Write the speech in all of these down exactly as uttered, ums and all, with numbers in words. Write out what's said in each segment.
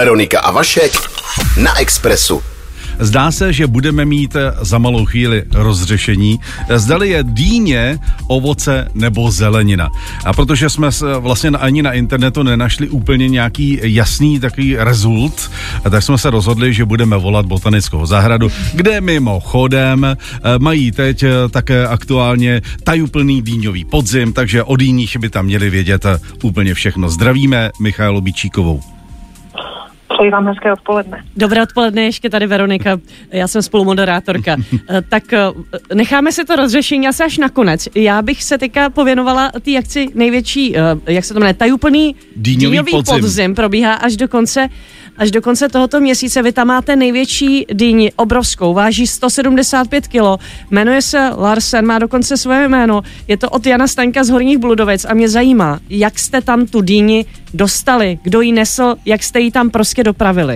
Veronika a Vašek na Expressu. Zdá se, že budeme mít za malou chvíli rozřešení, zdali je dýně, ovoce nebo zelenina. A protože jsme vlastně ani na internetu nenašli úplně nějaký jasný takový rezult, tak jsme se rozhodli, že budeme volat botanickou zahradu, kde mimochodem mají teď také aktuálně tajuplný dýňový podzim, takže o dýních by tam měli vědět úplně všechno. Zdravíme Michaelu Bičíkovou. Přeji vám hezké odpoledne. Dobré odpoledne, ještě tady Veronika, já jsem spolumoderátorka. Tak necháme si to rozřešení asi až nakonec. Já bych se teďka pověnovala té akci největší, jak se to jmenuje, tajuplný dýňový podzim. podzim. Probíhá až do konce Až do konce tohoto měsíce. Vy tam máte největší dýni, obrovskou, váží sto sedmdesát pět kilo, jmenuje se Larsen, má dokonce svoje jméno, je to od Jana Staňka z Horních Bludovic a mě zajímá, jak jste tam tu dýni dostali, kdo ji nesl, jak jste ji tam prostě dopravili.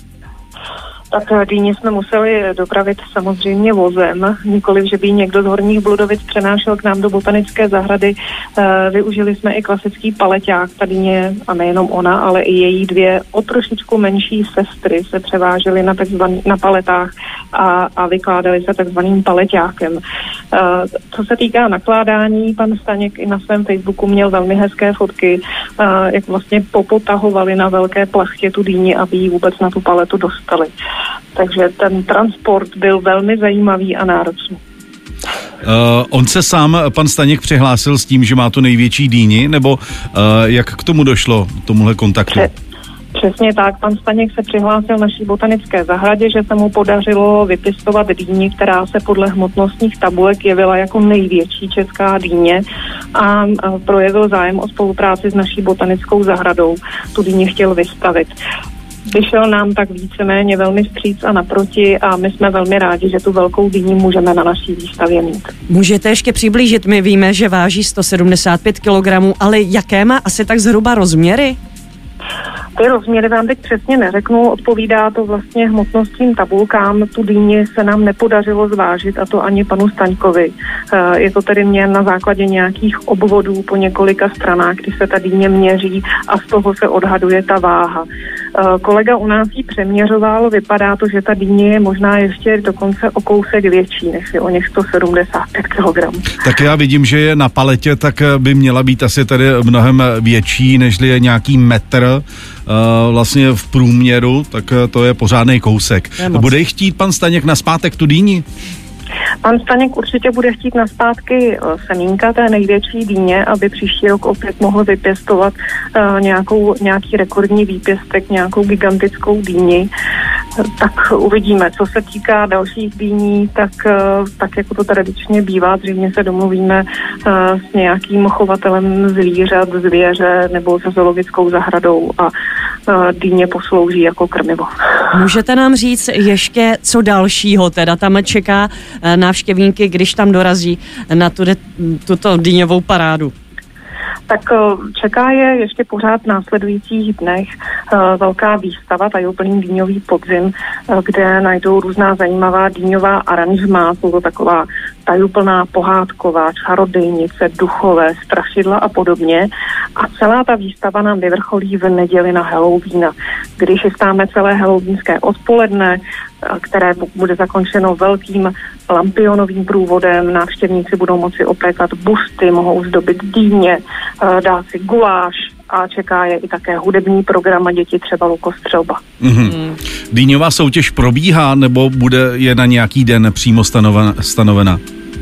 Tak dýni jsme museli dopravit samozřejmě vozem, nikoliv, že by někdo z Horních Bludovic přenášel k nám do botanické zahrady. E, využili jsme i klasický paleťák, ta dýně, a nejenom ona, ale i její dvě o trošičku menší sestry se převážely na, takzvaný, na paletách a, a vykládali se takzvaným paleťákem. E, co se týká nakládání, pan Staněk i na svém Facebooku měl velmi hezké fotky, e, jak vlastně popotahovali na velké plachtě tu dýni, aby ji vůbec na tu paletu dostali. Takže ten transport byl velmi zajímavý a náročný. Uh, on se sám, pan Staněk, přihlásil s tím, že má tu největší dýni, nebo uh, jak k tomu došlo, tomuhle kontaktu? Pře- Přesně tak, pan Staněk se přihlásil naší botanické zahradě, že se mu podařilo vypěstovat dýni, která se podle hmotnostních tabulek jevila jako největší česká dýně a projevil zájem o spolupráci s naší botanickou zahradou. Tu dýni chtěl vystavit. Vyšel nám tak víceméně velmi vstříc a naproti a my jsme velmi rádi, že tu velkou dýni můžeme na naší výstavě mít. Můžete ještě přiblížit, my víme, že váží sto sedmdesát pět kilogramů, ale jaké má asi tak zhruba rozměry? Ty rozměry vám teď přesně neřeknu, odpovídá to vlastně hmotnostním tabulkám, tu dýni se nám nepodařilo zvážit a to ani panu Staňkovi. Je to tedy měn na základě nějakých obvodů po několika stranách, kdy se ta dýně měří a z toho se odhaduje ta váha. Kolega u nás ji přeměřoval, vypadá to, že ta dýně je možná ještě dokonce o kousek větší, než je o něch sto sedmdesát pět kilogramů. Tak já vidím, že je na paletě, tak by měla být asi tady mnohem větší, nežli je nějaký metr vlastně v průměru, tak to je pořádnej kousek. Bude chtít pan Staněk nazpátek tu dýni? Pan Staněk určitě bude chtít nazpátky semínka té největší dýně, aby příští rok opět mohl vypěstovat uh, nějakou, nějaký rekordní výpěstek, nějakou gigantickou dýni. Tak uvidíme. Co se týká dalších dýní, tak, uh, tak jako to tradičně bývá, zřejmě se domluvíme uh, s nějakým chovatelem zvířat, zvěře nebo se zoologickou zahradou a uh, dýně poslouží jako krmivo. Můžete nám říct ještě, co dalšího teda tam čeká návštěvníky, když tam dorazí na tu, tuto dýňovou parádu? Tak čeká je ještě pořád v následujících dnech velká výstava, tajuplný dýňový podzim, kde najdou různá zajímavá dýňová aranžmá, jsou to taková tajuplná pohádková, čarodejnice, duchové, strašidla a podobně. A celá ta výstava nám vyvrcholí v neděli na Halloweena, kdy chystáme celé halloweenské odpoledne, které bude zakončeno velkým lampionovým průvodem. Návštěvníci budou moci opékat busty, mohou zdobit dýně, dát si guláš a čeká je i také hudební program a děti třeba lukostřelba. Mm-hmm. Dýňová soutěž probíhá nebo bude je na nějaký den přímo stanovena? stanovena?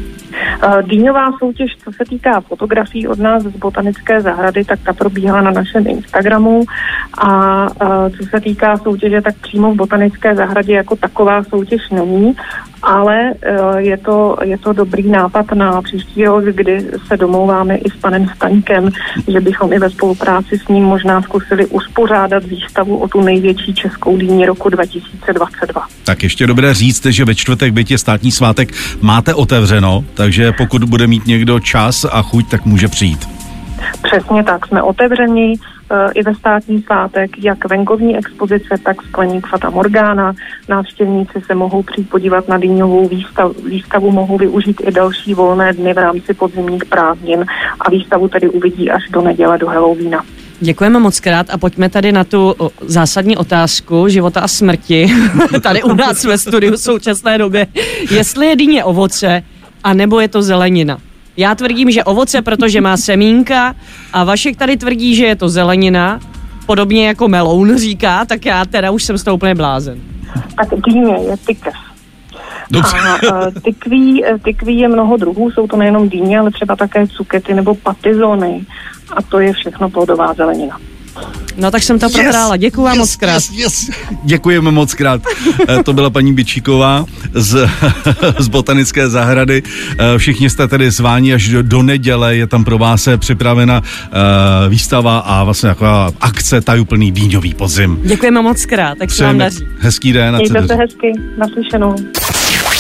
Dýňová soutěž, co se týká fotografií od nás z botanické zahrady, tak ta probíhá na našem Instagramu a co se týká soutěže, tak přímo v botanické zahradě jako taková soutěž není, ale je to, je to dobrý nápad na příští rok, kdy se domlouváme i s panem Staňkem, že bychom i ve spolupráci s ním možná zkusili uspořádat výstavu o tu největší českou dýni roku dva tisíce dvacet dva. Tak ještě dobré říct, že ve čtvrtek, byť je státní svátek, máte otevřeno, takže pokud bude mít někdo čas a chuť, tak může přijít. Přesně tak, jsme otevřeni e, i ve státní svátek, jak venkovní expozice, tak skleník Fata Morgana. Návštěvníci se mohou přijít podívat na dýňovou výstav, výstavu, mohou využít i další volné dny v rámci podzimních prázdnin a výstavu tedy uvidí až do neděle, do Halloweena. Děkujeme moc krát a pojďme tady na tu o, zásadní otázku života a smrti. Tady u nás ve studiu v současné době. Jestli je dýně ovoce, anebo je to zelenina. Já tvrdím, že ovoce, protože má semínka, a Vašek tady tvrdí, že je to zelenina, podobně jako meloun říká, tak já teda už jsem z toho úplně blázen. Tak dýně je tykev. Dobře. A tykví, tykví je mnoho druhů, jsou to nejenom dýně, ale třeba také cukety nebo patizony. A to je všechno plodová zelenina. No tak jsem to yes, prohrála, děkuji vám yes, moc krát. Yes, yes. Děkujeme moc krát. To byla paní Bičíková z, z botanické zahrady. Všichni jste tedy zváni až do, do neděle, je tam pro vás připravena uh, výstava a vlastně taková akce Tajuplný dýňový podzim. Děkujeme moc krát, tak se vám daří. Hezký den. Mějte se hezky, naslyšenou.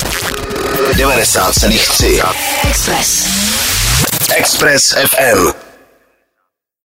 devadesát celá tři Express. Express ef em.